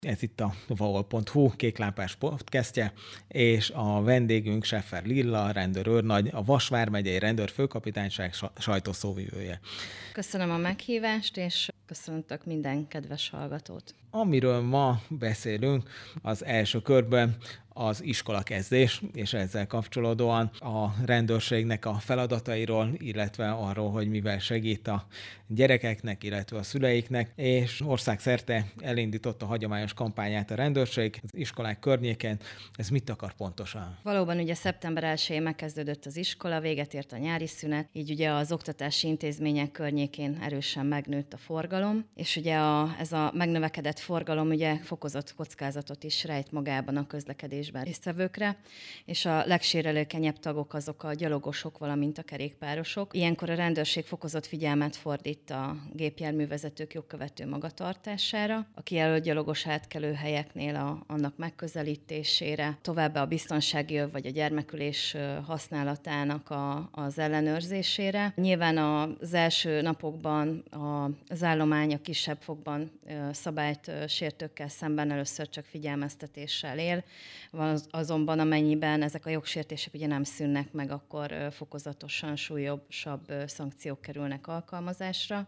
Ez itt a vaol.hu kéklámpás podcastje, és a vendégünk Scheffer Lilla, rendőrőrnagy, a Vas vármegyei rendőrfőkapitányság sajtószóvivője. Köszönöm a meghívást, és köszöntök minden kedves hallgatót. Amiről ma beszélünk, az első körben az iskolakezdés, és ezzel kapcsolódóan a rendőrségnek a feladatairól, illetve arról, hogy mivel segít a gyerekeknek, illetve a szüleiknek, és országszerte elindította a hagyományos kampányát a rendőrség az iskolák környéken. Ez mit akar pontosan? Valóban ugye szeptember 1-én megkezdődött az iskola, véget ért a nyári szünet, így ugye az oktatási intézmények környékén erősen megnőtt a forgalom, és ugye ez a megnövekedett forgalom ugye fokozott kockázatot is rejt magában a közlekedésben résztvevőkre, és a legsérülékenyebb tagok azok a gyalogosok, valamint a kerékpárosok. Ilyenkor a rendőrség fokozott figyelmet fordít a gépjárművezetők jogkövető magatartására, a kijelölt gyalogos átkelőhelyeknél annak megközelítésére, továbbá a biztonsági öv vagy a gyermekülés használatának az ellenőrzésére. Nyilván az első napokban az állomány a kisebb fogban szabályt sértőkkel szemben először csak figyelmeztetéssel él, azonban amennyiben ezek a jogsértések ugye nem szűnnek meg, akkor fokozatosan súlyosabb szankciók kerülnek alkalmazásra.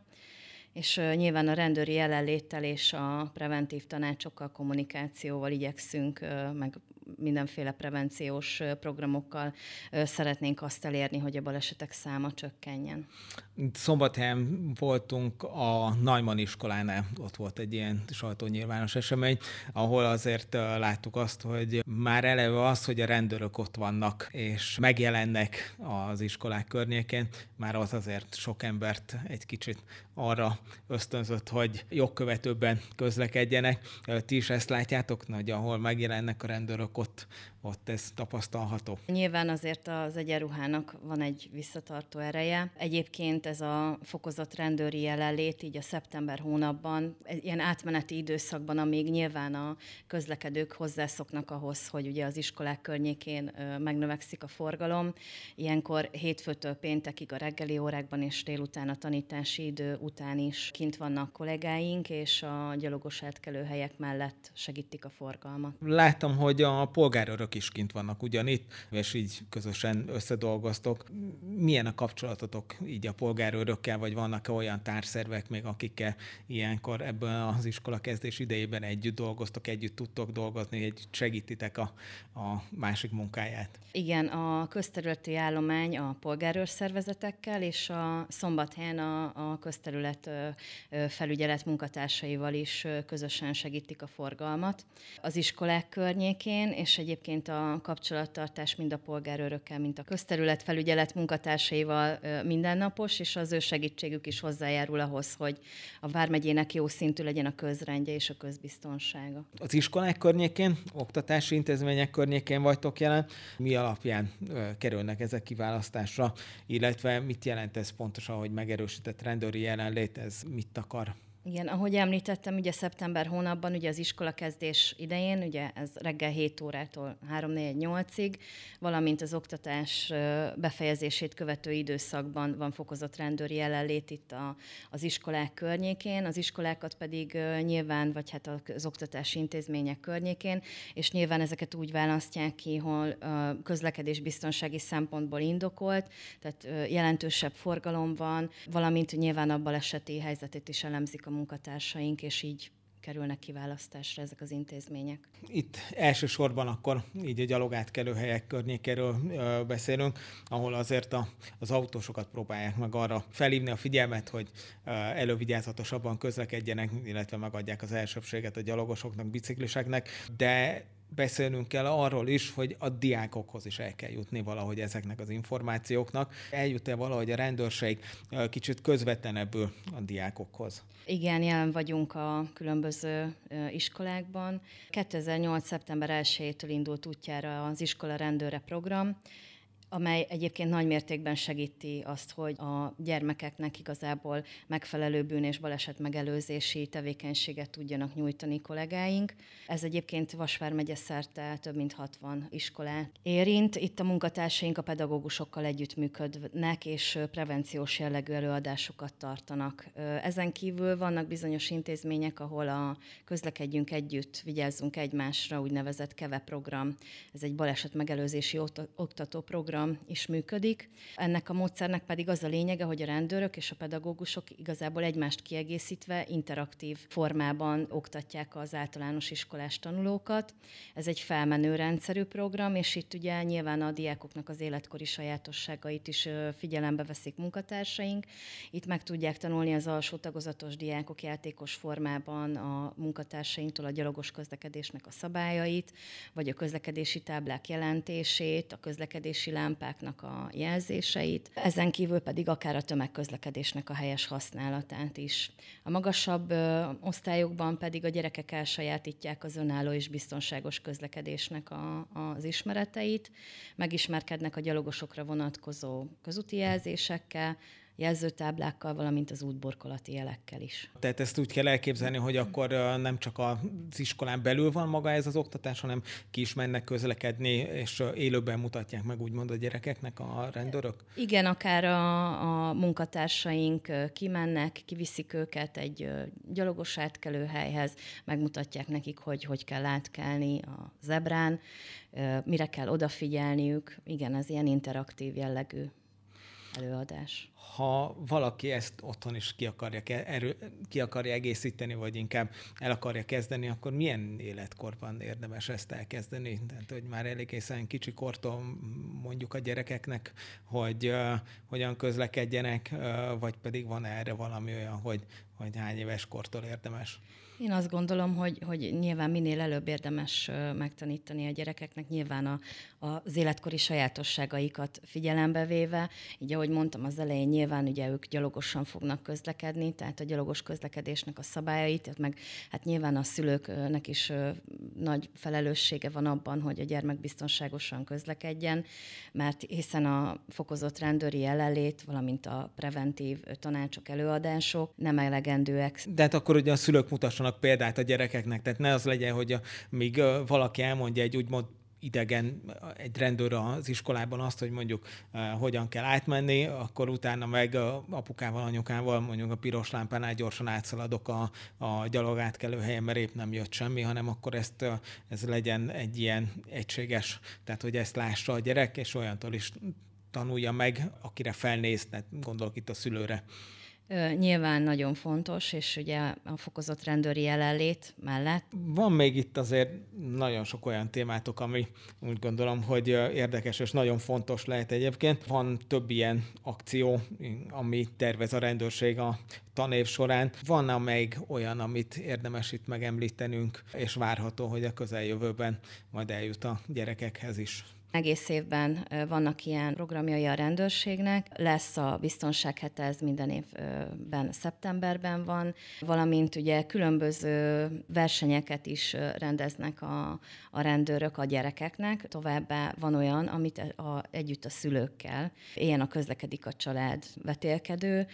És nyilván a rendőri jelenléttel és a preventív tanácsokkal, kommunikációval igyekszünk, meg mindenféle prevenciós programokkal szeretnénk azt elérni, hogy a balesetek száma csökkenjen. Szombathelyen voltunk a Neumann iskolánál, ott volt egy ilyen sajtónyilvános esemény, ahol azért láttuk azt, hogy már eleve az, hogy a rendőrök ott vannak és megjelennek az iskolák környékén, már az azért sok embert egy kicsit arra ösztönzött, hogy jogkövetőbben közlekedjenek. Ti is ezt látjátok, hogy ahol megjelennek a rendőrök, ott ez tapasztalható? Nyilván azért az egyenruhának van egy visszatartó ereje. Egyébként ez a fokozott rendőri jelenlét így a szeptember hónapban, ilyen átmeneti időszakban, amíg nyilván a közlekedők hozzászoknak ahhoz, hogy ugye az iskolák környékén megnövekszik a forgalom. Ilyenkor hétfőtől péntekig a reggeli órákban és délután a tanítási idő után is kint vannak kollégáink, és a gyalogos átkelőhelyek mellett segítik a forgalmat. Láttam, hogy a polgárőrök is kint vannak ugyanitt, és így közösen összedolgoztok. Milyen a kapcsolatotok így a polgárőrökkel, vagy vannak olyan társszervek még, akikkel ilyenkor ebben az iskolakezdés idejében együtt dolgoztok, együtt tudtok dolgozni, együtt segítitek a másik munkáját? Igen, a közterületi állomány a polgárőrszervezetekkel és a Szombathelyen a közterület felügyelet munkatársaival is közösen segítik a forgalmat az iskolák környékén, és egyébként a kapcsolattartás mind a polgárőrökkel, mind a közterület felügyelet munkatársaival mindennapos, és az ő segítségük is hozzájárul ahhoz, hogy a vármegyének jó szintű legyen a közrendje és a közbiztonsága. Az iskolák környékén, oktatási intézmények környékén vagytok jelen. Mi alapján kerülnek ezek kiválasztásra, illetve mit jelent ez pontosan, hogy megerősített rendőri jelenlét, ez mit akar? Igen, ahogy említettem, ugye szeptember hónapban, ugye az iskolakezdés idején, ugye ez reggel 7 órától 3-4-8-ig, valamint az oktatás befejezését követő időszakban van fokozott rendőri jelenlét itt az iskolák környékén, az iskolákat pedig nyilván, vagy hát az oktatási intézmények környékén, és nyilván ezeket úgy választják ki, hol közlekedésbiztonsági szempontból indokolt, tehát jelentősebb forgalom van, valamint nyilván a baleseti helyzetét is elemzik a munkatársaink, és így kerülnek kiválasztásra ezek az intézmények. Itt elsősorban akkor így a gyalogátkelőhelyek környékéről beszélünk, ahol azért az autósokat próbálják meg arra felhívni a figyelmet, hogy elővigyázatosabban közlekedjenek, illetve megadják az elsőbséget a gyalogosoknak, bicikliseknek, de beszélnünk kell arról is, hogy a diákokhoz is el kell jutni valahogy ezeknek az információknak. Eljut-e valahogy a rendőrség kicsit közvetlenebbül a diákokhoz? Igen, jelen vagyunk a különböző iskolákban. 2008. szeptember 1-től indult útjára az Iskola rendőre program. amely egyébként nagy mértékben segíti azt, hogy a gyermekeknek igazából megfelelő bűn- és balesetmegelőzési tevékenységet tudjanak nyújtani kollégáink. Ez egyébként Vas vármegye szerte több mint 60 iskolát érint. Itt a munkatársaink a pedagógusokkal együttműködnek, és prevenciós jellegű előadásokat tartanak. Ezen kívül vannak bizonyos intézmények, ahol a Közlekedjünk együtt, vigyázzunk egymásra úgynevezett KEVE program. Ez egy balesetmegelőzési oktatóprogram is működik. Ennek a módszernek pedig az a lényege, hogy a rendőrök és a pedagógusok igazából egymást kiegészítve interaktív formában oktatják az általános iskolás tanulókat. Ez egy felmenő rendszerű program, és itt ugye nyilván a diákoknak az életkori sajátosságait is figyelembe veszik munkatársaink. Itt meg tudják tanulni az alsó tagozatos diákok játékos formában a munkatársainktól a gyalogos közlekedésnek a szabályait, vagy a közlekedési táblák jelentését, a közlekedési lámpáknak a jelzéseit, ezen kívül pedig akár a tömegközlekedésnek a helyes használatát is. A magasabb osztályokban pedig a gyerekek elsajátítják az önálló és biztonságos közlekedésnek az ismereteit, megismerkednek a gyalogosokra vonatkozó közúti jelzésekkel, jelzőtáblákkal, valamint az útburkolati jelekkel is. Tehát ezt úgy kell elképzelni, hogy akkor nem csak az iskolán belül van maga ez az oktatás, hanem ki is mennek közlekedni, és élőben mutatják meg úgymond a gyerekeknek a rendőrök? Igen, akár a munkatársaink kimennek, kiviszik őket egy gyalogos átkelőhelyhez, megmutatják nekik, hogy kell átkelni a zebrán, mire kell odafigyelniük. Igen, ez ilyen interaktív jellegű előadás. Ha valaki ezt otthon is ki akarja egészíteni, vagy inkább el akarja kezdeni, akkor milyen életkorban érdemes ezt elkezdeni? Tehát, hogy már egészen kicsi kortól mondjuk a gyerekeknek, hogy hogyan közlekedjenek, vagy pedig van erre valami olyan, hogy hány éves kortól érdemes? Én azt gondolom, hogy nyilván minél előbb érdemes megtanítani a gyerekeknek, nyilván az életkori sajátosságaikat figyelembe véve. Így, ahogy mondtam az elején, nyilván ugye ők gyalogosan fognak közlekedni, tehát a gyalogos közlekedésnek a szabályait, meg hát nyilván a szülőknek is nagy felelőssége van abban, hogy a gyermek biztonságosan közlekedjen, mert hiszen a fokozott rendőri jelenlét, valamint a preventív tanácsok, előadások nem elegendőek. De hát akkor ugye a szülők mutassanak példát a gyerekeknek, tehát ne az legyen, hogy míg valaki elmondja egy úgymond idegen, egy rendőr az iskolában azt, hogy mondjuk hogyan kell átmenni, akkor utána meg apukával, anyukával mondjuk a piros lámpánál gyorsan átszaladok a gyalogátkelő helyen, mert épp nem jött semmi, hanem akkor ez legyen egy ilyen egységes, tehát hogy ezt lássa a gyerek, és olyantól is tanulja meg, akire felnéz, tehát gondolok itt a szülőre. Nyilván nagyon fontos, és ugye a fokozott rendőri jelenlét mellett. Van még itt azért nagyon sok olyan témátok, ami úgy gondolom, hogy érdekes és nagyon fontos lehet egyébként. Van több ilyen akció, amit tervez a rendőrség a tanév során. Van még olyan, amit érdemes itt megemlítenünk, és várható, hogy a közeljövőben majd eljut a gyerekekhez is. Egész évben vannak ilyen programjai a rendőrségnek, lesz a biztonsághete, ez minden évben szeptemberben van, valamint ugye különböző versenyeket is rendeznek a rendőrök a gyerekeknek, továbbá van olyan, amit együtt a szülőkkel, ilyen a Közlekedik a család vetélkedő,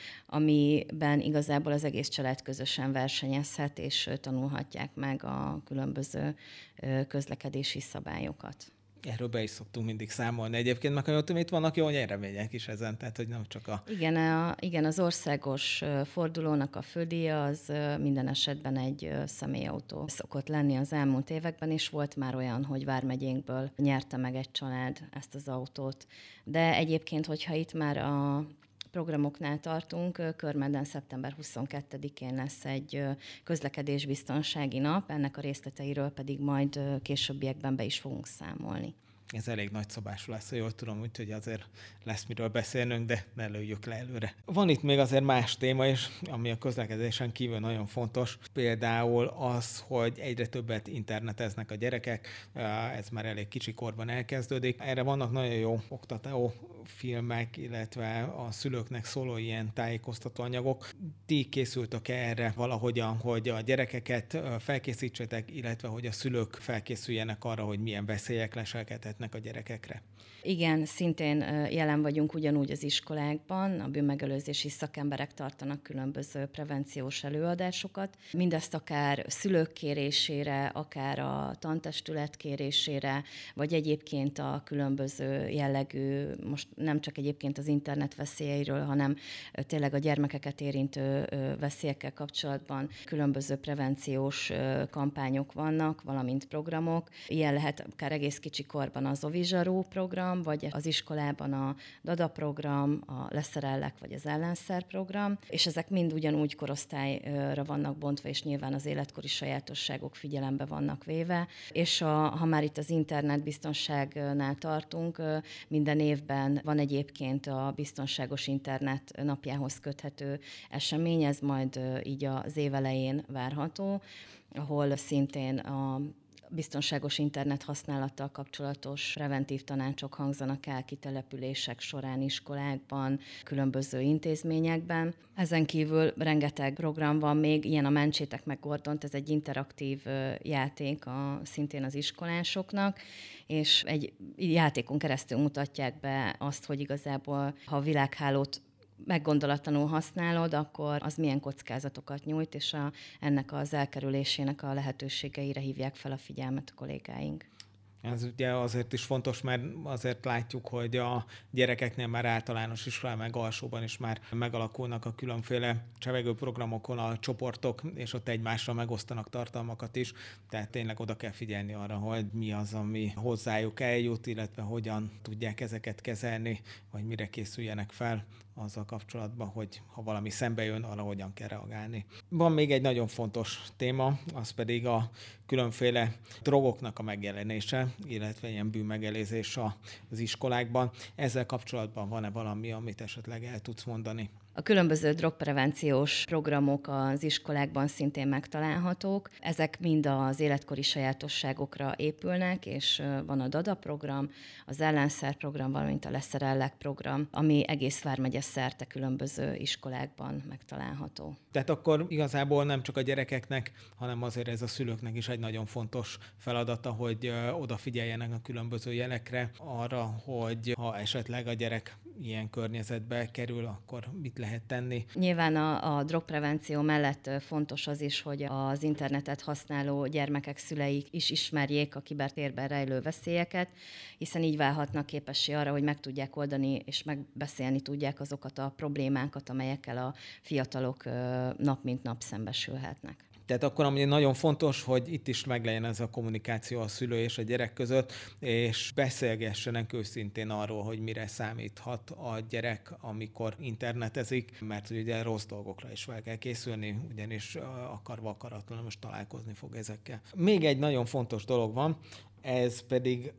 amiben igazából az egész család közösen versenyezhet, és tanulhatják meg a különböző közlekedési szabályokat. Erről be is szoktunk mindig számolni. Egyébként meg itt vannak jó nyeremények is ezen, tehát hogy nem csak a... Igen, az országos fordulónak a fődíja az minden esetben egy személyautó szokott lenni az elmúlt években, és volt már olyan, hogy vármegyénkből nyerte meg egy család ezt az autót. De egyébként, hogyha itt már a programoknál tartunk, Körmenden szeptember 22-én lesz egy közlekedésbiztonsági nap, ennek a részleteiről pedig majd későbbiekben be is fogunk számolni. Ez elég nagyszabású lesz, jól tudom, úgyhogy azért lesz miről beszélnünk, de ne lőjük le előre. Van itt még azért más téma is, ami a közlekedésen kívül nagyon fontos. Például az, hogy egyre többet interneteznek a gyerekek, ez már elég kicsi korban elkezdődik. Erre vannak nagyon jó oktató filmek, illetve a szülőknek szóló ilyen tájékoztató anyagok. Ti készültök erre valahogyan, hogy a gyerekeket felkészítsetek, illetve hogy a szülők felkészüljenek arra, hogy milyen veszélyek leselkedhetnek vezetnek a gyerekekre. Igen, szintén jelen vagyunk ugyanúgy az iskolákban, a bűnmegelőzési szakemberek tartanak különböző prevenciós előadásokat. Mindezt akár szülők kérésére, akár a tantestület kérésére, vagy egyébként a különböző jellegű, most nem csak egyébként az internet veszélyeiről, hanem tényleg a gyermekeket érintő veszélyekkel kapcsolatban különböző prevenciós kampányok vannak, valamint programok. Ilyen lehet akár egész kicsi korban az Ovizsaró program, vagy az iskolában a DADA program, a Leszerellek vagy az Ellenszer program, és ezek mind ugyanúgy korosztályra vannak bontva, és nyilván az életkori sajátosságok figyelembe vannak véve. És ha már itt az internetbiztonságnál tartunk, minden évben van egyébként a biztonságos internet napjához köthető esemény, ez majd így az év elején várható, ahol szintén a biztonságos internet használattal kapcsolatos preventív tanácsok hangzanak el kitelepülések során iskolákban, különböző intézményekben. Ezen kívül rengeteg program van még, ilyen a Mentsétek meg Gordont, ez egy interaktív játék szintén az iskolásoknak, és egy játékon keresztül mutatják be azt, hogy igazából, ha a világhálót meggondolatlanul használod, akkor az milyen kockázatokat nyújt, és ennek az elkerülésének a lehetőségeire hívják fel a figyelmet a kollégáink. Ez ugye azért is fontos, mert azért látjuk, hogy a gyerekeknél már általános iskolán, meg alsóban is már megalakulnak a különféle csevegő programokon a csoportok, és ott egymásra megosztanak tartalmakat is, tehát tényleg oda kell figyelni arra, hogy mi az, ami hozzájuk eljut, illetve hogyan tudják ezeket kezelni, vagy mire készüljenek fel azzal kapcsolatban, hogy ha valami szembe jön, arra hogyan kell reagálni. Van még egy nagyon fontos téma, az pedig a különféle drogoknak a megjelenése, illetve ilyen bűnmegelőzés az iskolákban. Ezzel kapcsolatban van-e valami, amit esetleg el tudsz mondani? A különböző drogprevenciós programok az iskolákban szintén megtalálhatók. Ezek mind az életkori sajátosságokra épülnek, és van a DADA program, az Ellenszer program, valamint a Leszerellek program, ami egész vármegye szerte különböző iskolákban megtalálható. Tehát akkor igazából nem csak a gyerekeknek, hanem azért ez a szülőknek is egy nagyon fontos feladata, hogy odafigyeljenek a különböző jelekre, arra, hogy ha esetleg a gyerek ilyen környezetbe kerül, akkor mit lehet tenni. Nyilván a drogprevenció mellett fontos az is, hogy az internetet használó gyermekek szüleik is ismerjék a kibertérben rejlő veszélyeket, hiszen így válhatnak képessé arra, hogy meg tudják oldani és megbeszélni tudják azokat a problémákat, amelyekkel a fiatalok nap mint nap szembesülhetnek. Tehát akkor ami nagyon fontos, hogy itt is meglegyen ez a kommunikáció a szülő és a gyerek között, és beszélgessenek őszintén arról, hogy mire számíthat a gyerek, amikor internetezik, mert ugye rossz dolgokra is fel kell készülni, ugyanis akarva akaratlanul most találkozni fog ezekkel. Még egy nagyon fontos dolog van, ez pedig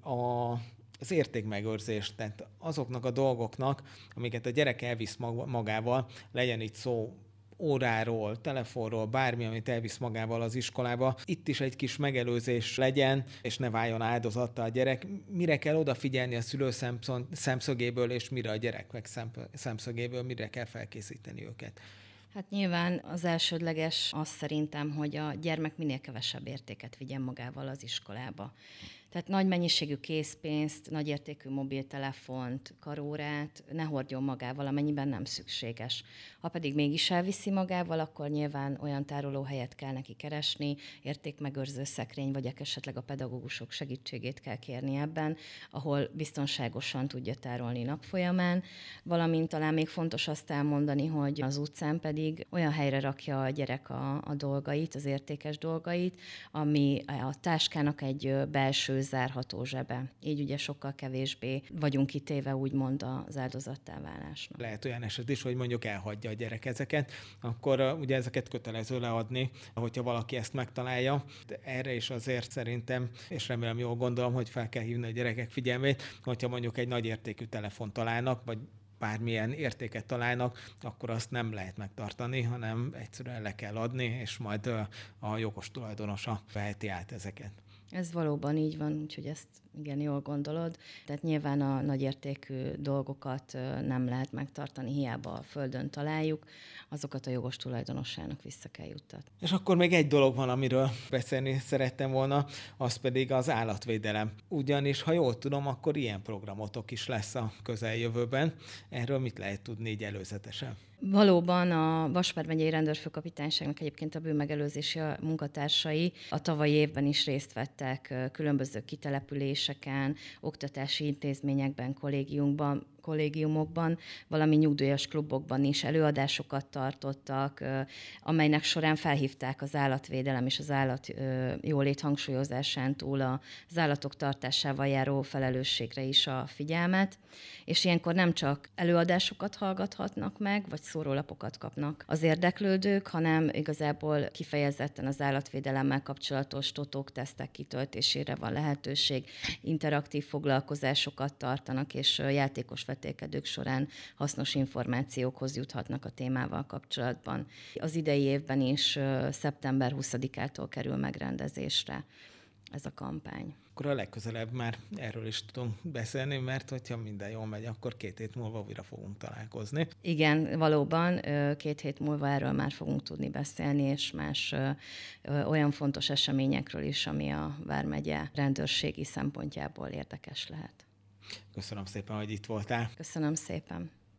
az értékmegőrzés, tehát azoknak a dolgoknak, amiket a gyerek elvisz magával, legyen itt szó óráról, telefonról, bármi, amit elvisz magával az iskolába. Itt is egy kis megelőzés legyen, és ne váljon áldozatta a gyerek. Mire kell odafigyelni a szülő szemszögéből, és mire a gyerek meg szemszögéből, mire kell felkészíteni őket? Hát nyilván az elsődleges az szerintem, hogy a gyermek minél kevesebb értéket vigyen magával az iskolába. Tehát nagy mennyiségű készpénzt, nagy értékű mobiltelefont, karórát ne hordjon magával, amennyiben nem szükséges. Ha pedig mégis elviszi magával, akkor nyilván olyan tárolóhelyet kell neki keresni, értékmegőrző szekrény, vagy esetleg a pedagógusok segítségét kell kérni ebben, ahol biztonságosan tudja tárolni nap folyamán. Valamint talán még fontos azt elmondani, hogy az utcán pedig olyan helyre rakja a gyerek a dolgait, az értékes dolgait, ami a táskának egy belső zárható zsebe. Így ugye sokkal kevésbé vagyunk kitéve úgymond az áldozattá válásnak. Lehet olyan eset is, hogy mondjuk elhagyja a gyerek ezeket, akkor ugye ezeket kötelező leadni, hogyha valaki ezt megtalálja. De erre is azért szerintem, és remélem jól gondolom, hogy fel kell hívni a gyerekek figyelmét, hogyha mondjuk egy nagy értékű telefont találnak, vagy bármilyen értéket találnak, akkor azt nem lehet megtartani, hanem egyszerűen le kell adni, és majd a jogos tulajdonosa veheti át ezeket. Ez valóban így van, úgyhogy ezt igen, jól gondolod. Tehát nyilván a nagyértékű dolgokat nem lehet megtartani, hiába a földön találjuk, azokat a jogos tulajdonossának vissza kell juttatni. És akkor még egy dolog van, amiről beszélni szerettem volna, az pedig az állatvédelem. Ugyanis, ha jól tudom, akkor ilyen programotok is lesz a közeljövőben. Erről mit lehet tudni így előzetesen? Valóban a Vas vármegyei rendőrfőkapitányságnak egyébként a bűnmegelőzési munkatársai a tavalyi évben is részt vettek különböző kitelepüléseken, oktatási intézményekben, kollégiumokban, valami nyugdíjas klubokban is előadásokat tartottak, amelynek során felhívták az állatvédelem és az állatjólét hangsúlyozásán túl az állatok tartásával járó felelősségre is a figyelmet, és ilyenkor nem csak előadásokat hallgathatnak meg, vagy szórólapokat kapnak az érdeklődők, hanem igazából kifejezetten az állatvédelemmel kapcsolatos totók, tesztek kitöltésére van lehetőség, interaktív foglalkozásokat tartanak, és játékos vetélkedők során hasznos információkhoz juthatnak a témával kapcsolatban. Az idei évben is szeptember 20-ától kerül megrendezésre ez a kampány. Akkor a legközelebb már erről is tudunk beszélni, mert hogyha minden jól megy, akkor 2 hét múlva újra fogunk találkozni. Igen, valóban 2 hét múlva erről már fogunk tudni beszélni, és más olyan fontos eseményekről is, ami a vármegye rendőrségi szempontjából érdekes lehet. Köszönöm szépen, hogy itt voltál. Köszönöm szépen.